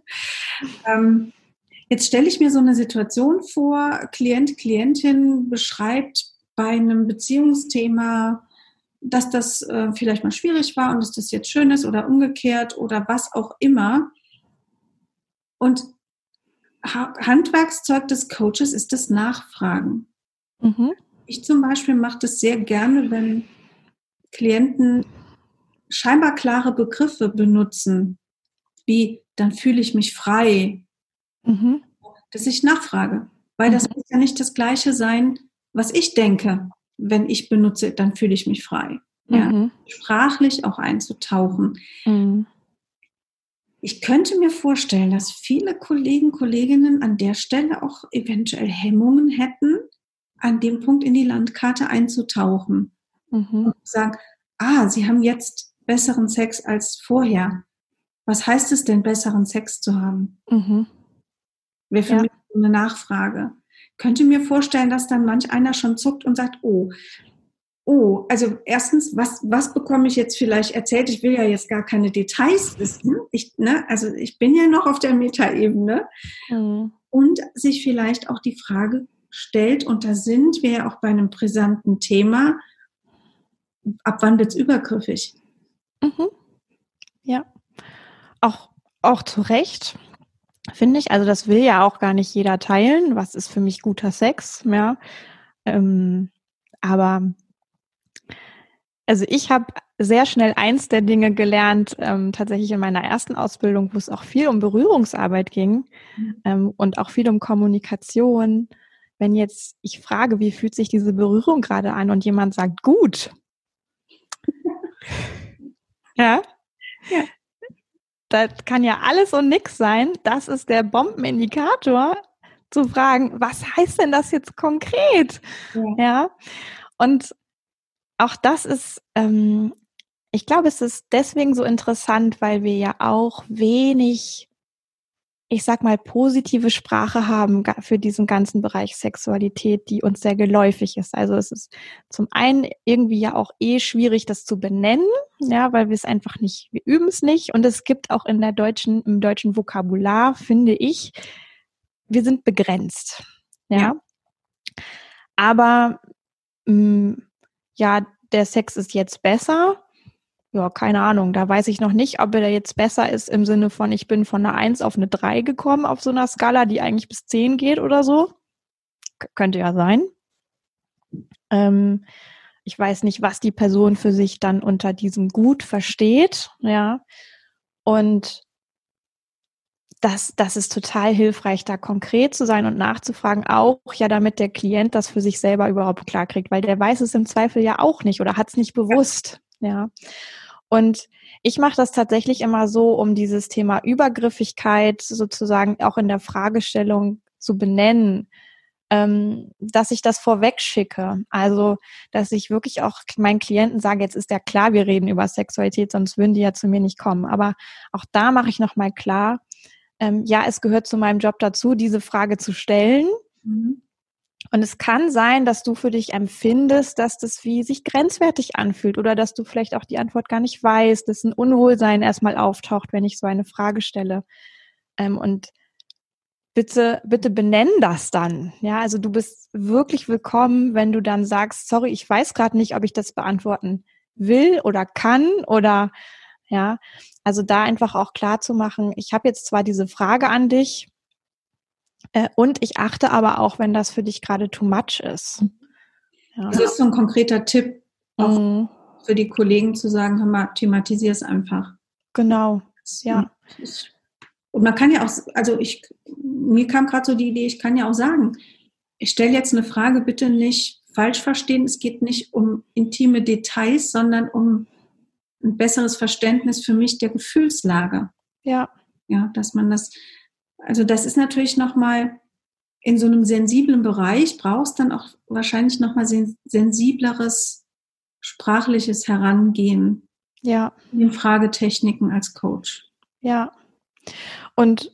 Jetzt stelle ich mir so eine Situation vor, Klient, Klientin beschreibt bei einem Beziehungsthema, dass das vielleicht mal schwierig war und dass das jetzt schön ist oder umgekehrt oder was auch immer. Und Handwerkszeug des Coaches ist das Nachfragen. Mhm. Ich zum Beispiel mache das sehr gerne, wenn Klienten scheinbar klare Begriffe benutzen, wie dann fühle ich mich frei, Mhm. dass ich nachfrage. Weil das Mhm. muss ja nicht das Gleiche sein, was ich denke, wenn ich benutze, dann fühle ich mich frei. Ja? Mhm. Sprachlich auch einzutauchen. Mhm. Ich könnte mir vorstellen, dass viele Kollegen, Kolleginnen an der Stelle auch eventuell Hemmungen hätten, an dem Punkt in die Landkarte einzutauchen Mhm. und sagen, Sie haben jetzt besseren Sex als vorher. Was heißt es denn, besseren Sex zu haben? Mhm. Wäre für Ja. mich eine Nachfrage. Könnte mir vorstellen, dass dann manch einer schon zuckt und sagt, oh, Oh, also erstens, was bekomme ich jetzt vielleicht erzählt? Ich will ja jetzt gar keine Details wissen. Also ich bin ja noch auf der Metaebene. Mhm. Und sich vielleicht auch die Frage stellt, und da sind wir ja auch bei einem brisanten Thema, ab wann wird es übergriffig? Mhm. Ja, auch zu Recht, finde ich. Also das will ja auch gar nicht jeder teilen. Was ist für mich guter Sex? Ja, aber also ich habe sehr schnell eins der Dinge gelernt, tatsächlich in meiner ersten Ausbildung, wo es auch viel um Berührungsarbeit ging, und auch viel um Kommunikation. Wenn jetzt ich frage, wie fühlt sich diese Berührung gerade an und jemand sagt, gut, ja, Ja. das kann ja alles und nix sein. Das ist der Bombenindikator, zu fragen, was heißt denn das jetzt konkret? Ja. Ja, und auch das ist, ich glaube, es ist deswegen so interessant, weil wir ja auch wenig, ich sag mal, positive Sprache haben für diesen ganzen Bereich Sexualität, die uns sehr geläufig ist. Also es ist zum einen irgendwie ja auch schwierig, das zu benennen, ja, weil wir es einfach nicht, wir üben es nicht. Und es gibt auch im deutschen Vokabular, finde ich, wir sind begrenzt, Ja. ja. Aber ja, der Sex ist jetzt besser. Ja, keine Ahnung. Da weiß ich noch nicht, ob er jetzt besser ist im Sinne von, ich bin von einer 1 auf eine 3 gekommen auf so einer Skala, die eigentlich bis 10 geht oder so. Könnte ja sein. Ich weiß nicht, was die Person für sich dann unter diesem Gut versteht. Ja. Und das ist total hilfreich, da konkret zu sein und nachzufragen, auch ja, damit der Klient das für sich selber überhaupt klarkriegt, weil der weiß es im Zweifel ja auch nicht oder hat es nicht bewusst. Ja. Und ich mache das tatsächlich immer so, um dieses Thema Übergriffigkeit sozusagen auch in der Fragestellung zu benennen, dass ich das vorweg schicke. Also, dass ich wirklich auch meinen Klienten sage, jetzt ist ja klar, wir reden über Sexualität, sonst würden die ja zu mir nicht kommen. Aber auch da mache ich nochmal klar, ja, es gehört zu meinem Job dazu, diese Frage zu stellen. Mhm. Und es kann sein, dass du für dich empfindest, dass das wie sich grenzwertig anfühlt oder dass du vielleicht auch die Antwort gar nicht weißt, dass ein Unwohlsein erstmal auftaucht, wenn ich so eine Frage stelle. Und bitte benenn das dann. Ja, also du bist wirklich willkommen, wenn du dann sagst, sorry, ich weiß gerade nicht, ob ich das beantworten will oder kann oder ja, also da einfach auch klar zu machen, ich habe jetzt zwar diese Frage an dich, und ich achte aber auch, wenn das für dich gerade too much ist. Ja. Also das ist so ein konkreter Tipp, auch Mhm. für die Kollegen zu sagen, hör mal, thematisier es einfach. Genau, ja. Und man kann ja auch, mir kam gerade so die Idee, ich kann ja auch sagen, ich stelle jetzt eine Frage, bitte nicht falsch verstehen, es geht nicht um intime Details, sondern um ein besseres Verständnis für mich der Gefühlslage. Ja. Ja, dass man also das ist natürlich nochmal in so einem sensiblen Bereich, brauchst dann auch wahrscheinlich nochmal sensibleres sprachliches Herangehen Ja. in den Fragetechniken als Coach. Ja. Und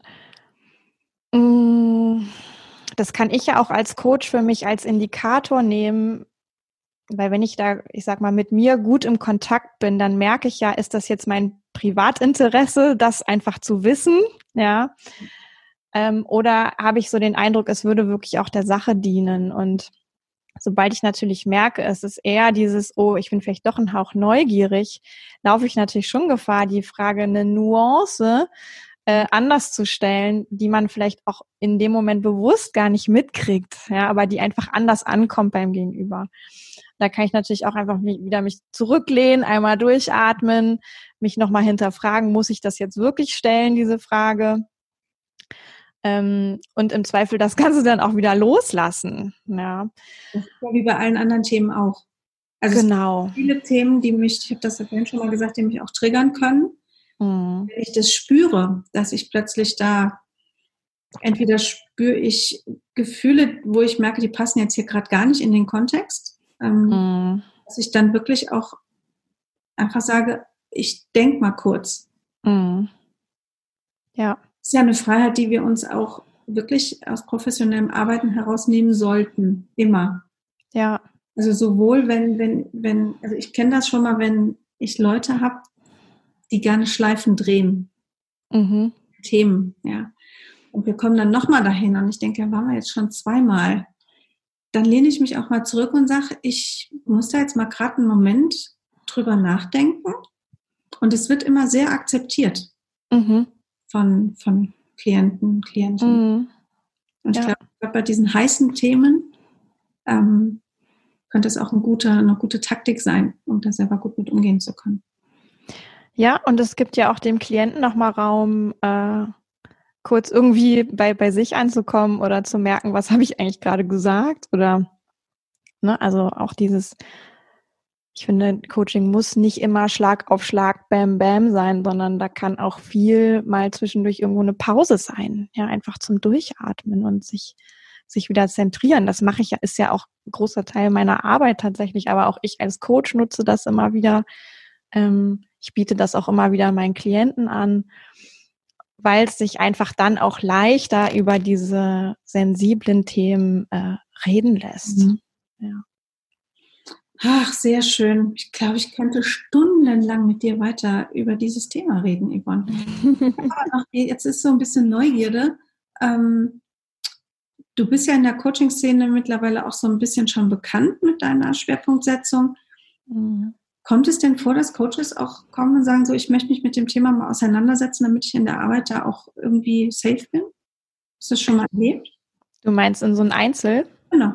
das kann ich ja auch als Coach für mich als Indikator nehmen, weil wenn ich da, ich sag mal, mit mir gut im Kontakt bin, dann merke ich ja, ist das jetzt mein Privatinteresse, das einfach zu wissen, ja, oder habe ich so den Eindruck, es würde wirklich auch der Sache dienen. Und sobald ich natürlich merke, es ist eher dieses, oh, ich bin vielleicht doch ein Hauch neugierig, laufe ich natürlich schon Gefahr, die Frage eine Nuance anders zu stellen, die man vielleicht auch in dem Moment bewusst gar nicht mitkriegt, ja, aber die einfach anders ankommt beim Gegenüber. Da kann ich natürlich auch einfach wieder mich zurücklehnen, einmal durchatmen, mich nochmal hinterfragen, muss ich das jetzt wirklich stellen, diese Frage? Und im Zweifel das Ganze dann auch wieder loslassen. Ja. Das ist ja wie bei allen anderen Themen auch. Also Genau. Es gibt viele Themen, ich habe das ja vorhin schon mal gesagt, die mich auch triggern können. Mhm. Wenn ich das spüre, dass ich plötzlich entweder spüre ich Gefühle, wo ich merke, die passen jetzt hier gerade gar nicht in den Kontext, dass ich dann wirklich auch einfach sage, ich denke mal kurz. Ja. Das ist ja eine Freiheit, die wir uns auch wirklich aus professionellem Arbeiten herausnehmen sollten. Immer. Ja. Also sowohl also ich kenne das schon mal, wenn ich Leute habe, die gerne Schleifen drehen, Themen, ja. Und wir kommen dann nochmal dahin und ich denke, ja, waren wir jetzt schon zweimal. Dann lehne ich mich auch mal zurück und sage, ich muss da jetzt mal gerade einen Moment drüber nachdenken. Und es wird immer sehr akzeptiert von Klienten, Klientinnen. Und ich glaube, bei diesen heißen Themen könnte es auch eine gute Taktik sein, um da selber gut mit umgehen zu können. Ja, und es gibt ja auch dem Klienten nochmal Raum, kurz irgendwie bei sich anzukommen oder zu merken, was habe ich eigentlich gerade gesagt? Oder, ne, also auch ich finde, Coaching muss nicht immer Schlag auf Schlag, Bam, Bam sein, sondern da kann auch viel mal zwischendurch irgendwo eine Pause sein. Ja, einfach zum Durchatmen und sich wieder zentrieren. Das mache ich ja, ist ja auch ein großer Teil meiner Arbeit tatsächlich, aber auch ich als Coach nutze das immer wieder. Ich biete das auch immer wieder meinen Klienten an, weil es sich einfach dann auch leichter über diese sensiblen Themen reden lässt. Ja. Ach, sehr schön. Ich glaube, ich könnte stundenlang mit dir weiter über dieses Thema reden, Yvonne. Aber jetzt ist so ein bisschen Neugierde. Du bist ja in der Coaching-Szene mittlerweile auch so ein bisschen schon bekannt mit deiner Schwerpunktsetzung. Kommt es denn vor, dass Coaches auch kommen und sagen, so, ich möchte mich mit dem Thema mal auseinandersetzen, damit ich in der Arbeit da auch irgendwie safe bin? Hast du das schon mal erlebt? Du meinst in so ein Einzel? Genau.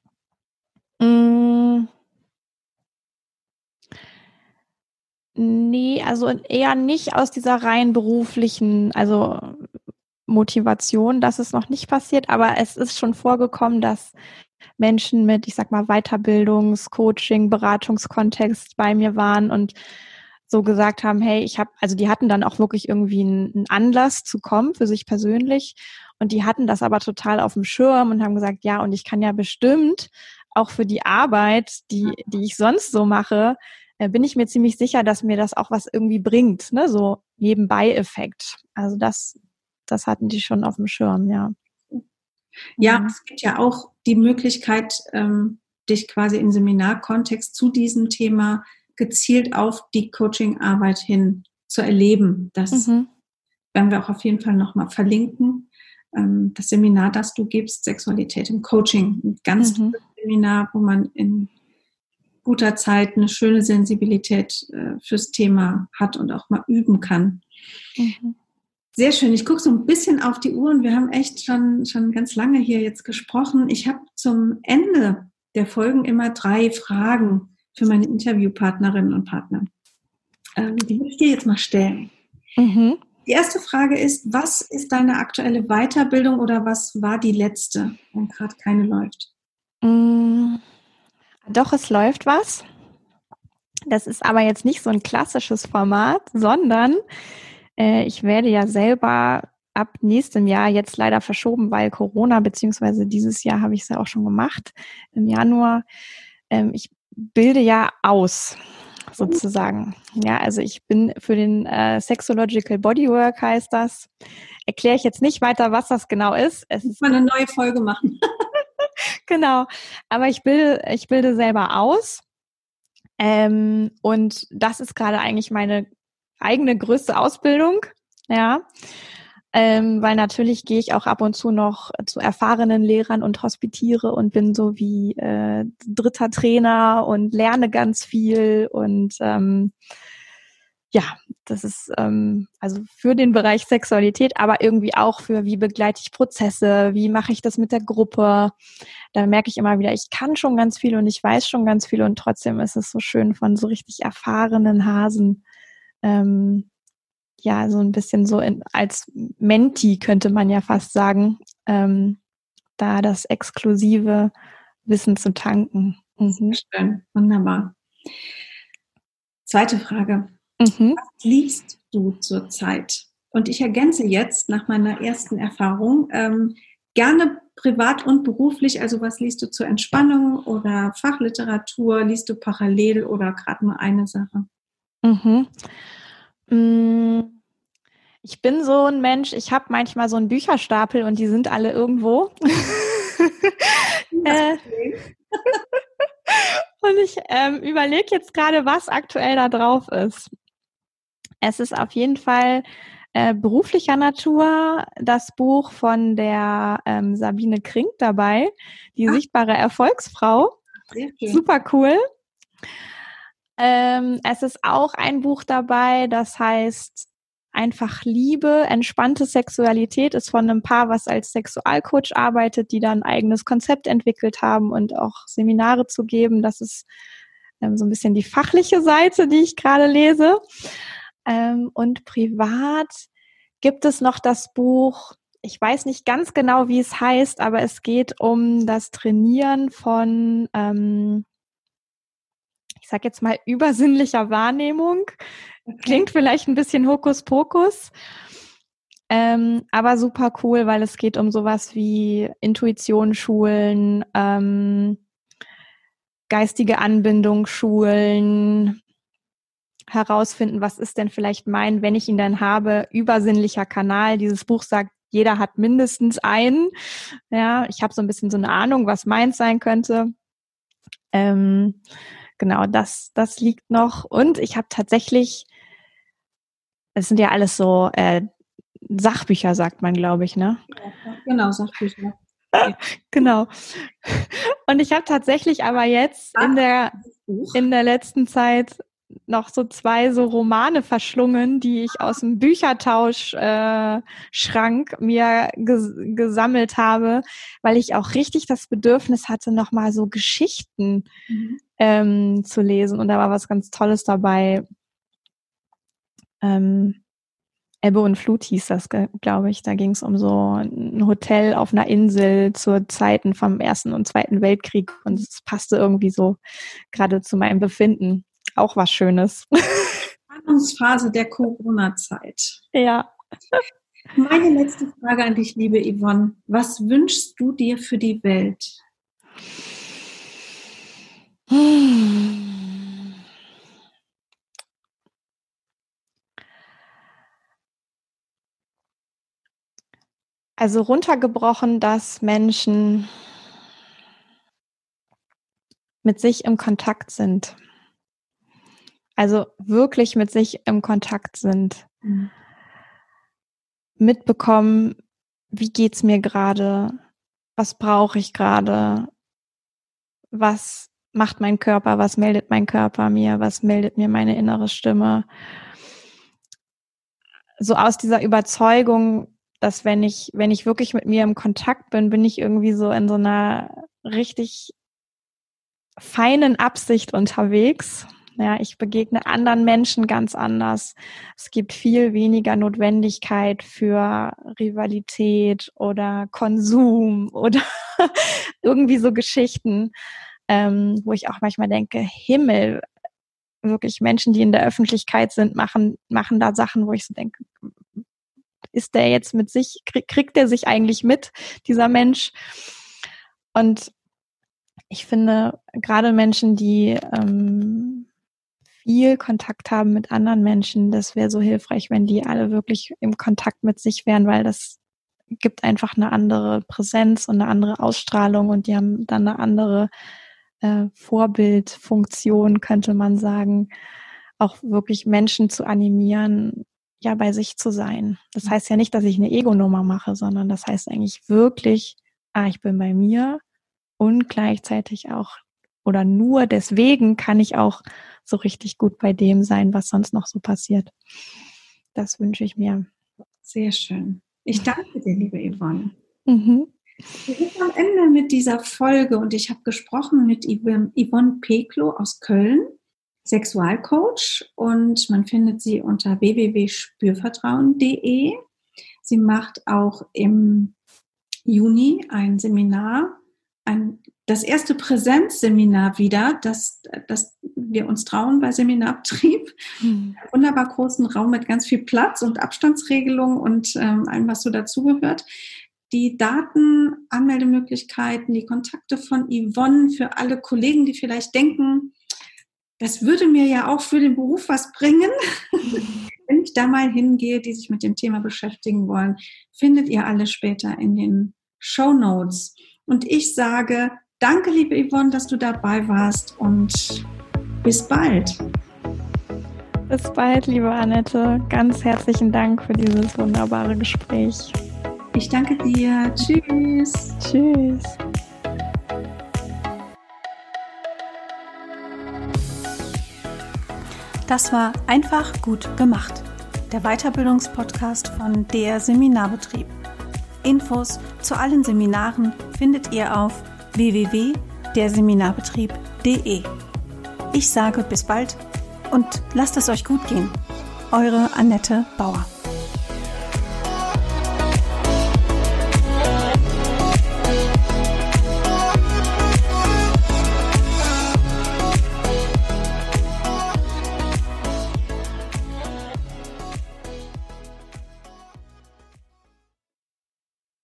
Nee, also eher nicht aus dieser rein beruflichen, also Motivation, dass es noch nicht passiert, aber es ist schon vorgekommen, dass Menschen mit, ich sag mal, Weiterbildungs-, Coaching-, Beratungskontext bei mir waren und so gesagt haben, hey, also die hatten dann auch wirklich irgendwie einen Anlass zu kommen für sich persönlich und die hatten das aber total auf dem Schirm und haben gesagt, ja, und ich kann ja bestimmt auch für die Arbeit, die ich sonst so mache, bin ich mir ziemlich sicher, dass mir das auch was irgendwie bringt, ne, so Nebenbei-Effekt. Also das hatten die schon auf dem Schirm, ja. Ja, es gibt ja auch die Möglichkeit, dich quasi im Seminarkontext zu diesem Thema gezielt auf die Coaching-Arbeit hin zu erleben. Das werden wir auch auf jeden Fall nochmal verlinken. Das Seminar, das du gibst, Sexualität im Coaching, ein ganz tolles Seminar, wo man in guter Zeit eine schöne Sensibilität fürs Thema hat und auch mal üben kann. Sehr schön. Ich gucke so ein bisschen auf die Uhr und wir haben echt schon ganz lange hier jetzt gesprochen. Ich habe zum Ende der Folgen immer 3 Fragen für meine Interviewpartnerinnen und Partner. Die will ich dir jetzt mal stellen. Die erste Frage ist, was ist deine aktuelle Weiterbildung oder was war die letzte, wenn gerade keine läuft? Doch, es läuft was. Das ist aber jetzt nicht so ein klassisches Format, sondern ich werde ja selber ab nächstem Jahr, jetzt leider verschoben, weil Corona, beziehungsweise dieses Jahr habe ich es ja auch schon gemacht, im Januar, ich bilde ja aus, sozusagen. Ja, also ich bin für den Sexological Bodywork heißt das. Erkläre ich jetzt nicht weiter, was das genau ist. Es ist mal eine neue Folge machen. Genau, aber ich bilde selber aus. Und das ist gerade eigentlich meine eigene größte Ausbildung, ja, weil natürlich gehe ich auch ab und zu noch zu erfahrenen Lehrern und hospitiere und bin so wie dritter Trainer und lerne ganz viel und ja, das ist also für den Bereich Sexualität, aber irgendwie auch für, wie begleite ich Prozesse, wie mache ich das mit der Gruppe. Da merke ich immer wieder, ich kann schon ganz viel und ich weiß schon ganz viel und trotzdem ist es so schön von so richtig erfahrenen Hasen, ja, so ein bisschen so als Menti könnte man ja fast sagen, da das exklusive Wissen zu tanken. Schön, wunderbar. Zweite Frage. Was liest du zurzeit? Und ich ergänze jetzt nach meiner ersten Erfahrung, gerne privat und beruflich, also was liest du zur Entspannung oder Fachliteratur, liest du parallel oder gerade nur eine Sache? Ich bin so ein Mensch, ich habe manchmal so einen Bücherstapel und die sind alle irgendwo. Und ich überlege jetzt gerade, was aktuell da drauf ist. Es ist auf jeden Fall beruflicher Natur das Buch von der Sabine Krink dabei, die sichtbare Erfolgsfrau. Sehr schön. Super cool. Es ist auch ein Buch dabei, das heißt einfach Liebe, entspannte Sexualität, ist von einem Paar, was als Sexualcoach arbeitet, die dann ein eigenes Konzept entwickelt haben und auch Seminare zu geben. Das ist so ein bisschen die fachliche Seite, die ich gerade lese. Und privat gibt es noch das Buch, ich weiß nicht ganz genau, wie es heißt, aber es geht um das Trainieren von, ich sag jetzt mal, übersinnlicher Wahrnehmung. Okay. Klingt vielleicht ein bisschen Hokuspokus, aber super cool, weil es geht um sowas wie Intuition schulen, geistige Anbindung schulen, herausfinden, was ist denn vielleicht wenn ich ihn dann habe, übersinnlicher Kanal. Dieses Buch sagt, jeder hat mindestens einen. Ja, ich habe so ein bisschen so eine Ahnung, was meins sein könnte. Genau, das liegt noch. Und ich habe tatsächlich, es sind ja alles so Sachbücher, sagt man, glaube ich, ne? Ja, genau, Sachbücher. Genau. Und ich habe tatsächlich aber jetzt in der letzten Zeit noch so 2 so Romane verschlungen, die ich aus dem Büchertausch-Schrank mir gesammelt habe, weil ich auch richtig das Bedürfnis hatte, nochmal so Geschichten zu lesen. Und da war was ganz Tolles dabei. Ebbe und Flut hieß das, glaube ich. Da ging es um so ein Hotel auf einer Insel zu Zeiten vom Ersten und Zweiten Weltkrieg. Und es passte irgendwie so gerade zu meinem Befinden. Auch was Schönes. Spannungsphase der Corona-Zeit. Ja. Meine letzte Frage an dich, liebe Yvonne. Was wünschst du dir für die Welt? Also runtergebrochen, dass Menschen mit sich im Kontakt sind. Also wirklich mit sich im Kontakt sind. Mitbekommen, wie geht's mir gerade? Was brauche ich gerade? Was macht mein Körper? Was meldet mein Körper mir? Was meldet mir meine innere Stimme? So aus dieser Überzeugung, dass wenn ich wirklich mit mir im Kontakt bin, bin ich irgendwie so in so einer richtig feinen Absicht unterwegs. Ja, ich begegne anderen Menschen ganz anders. Es gibt viel weniger Notwendigkeit für Rivalität oder Konsum oder irgendwie so Geschichten, wo ich auch manchmal denke, Himmel, wirklich Menschen, die in der Öffentlichkeit sind, machen da Sachen, wo ich so denke, ist der jetzt mit sich, kriegt der sich eigentlich mit, dieser Mensch? Und ich finde, gerade Menschen, die viel Kontakt haben mit anderen Menschen, das wäre so hilfreich, wenn die alle wirklich im Kontakt mit sich wären, weil das gibt einfach eine andere Präsenz und eine andere Ausstrahlung und die haben dann eine andere Vorbildfunktion, könnte man sagen, auch wirklich Menschen zu animieren, ja, bei sich zu sein. Das heißt ja nicht, dass ich eine Ego-Nummer mache, sondern das heißt eigentlich wirklich, ich bin bei mir und gleichzeitig auch oder nur deswegen kann ich auch so richtig gut bei dem sein, was sonst noch so passiert. Das wünsche ich mir. Sehr schön. Ich danke dir, liebe Yvonne. Wir sind am Ende mit dieser Folge und ich habe gesprochen mit Yvonne Peklo aus Köln, Sexualcoach, und man findet sie unter www.spürvertrauen.de. Sie macht auch im Juni ein Seminar, das erste Präsenzseminar wieder, das wir uns trauen bei Seminarbetrieb. Einen wunderbar großen Raum mit ganz viel Platz und Abstandsregelung und allem, was so dazugehört. Die Daten, Anmeldemöglichkeiten, die Kontakte von Yvonne für alle Kollegen, die vielleicht denken, das würde mir ja auch für den Beruf was bringen, wenn ich da mal hingehe, die sich mit dem Thema beschäftigen wollen, findet ihr alle später in den Shownotes. Und ich sage Danke, liebe Yvonne, dass du dabei warst und bis bald. Bis bald, liebe Annette. Ganz herzlichen Dank für dieses wunderbare Gespräch. Ich danke dir. Tschüss. Tschüss. Das war einfach gut gemacht. Der Weiterbildungspodcast von der Seminarbetrieb. Infos zu allen Seminaren findet ihr auf www.derseminarbetrieb.de. Ich sage bis bald und lasst es euch gut gehen. Eure Annette Bauer.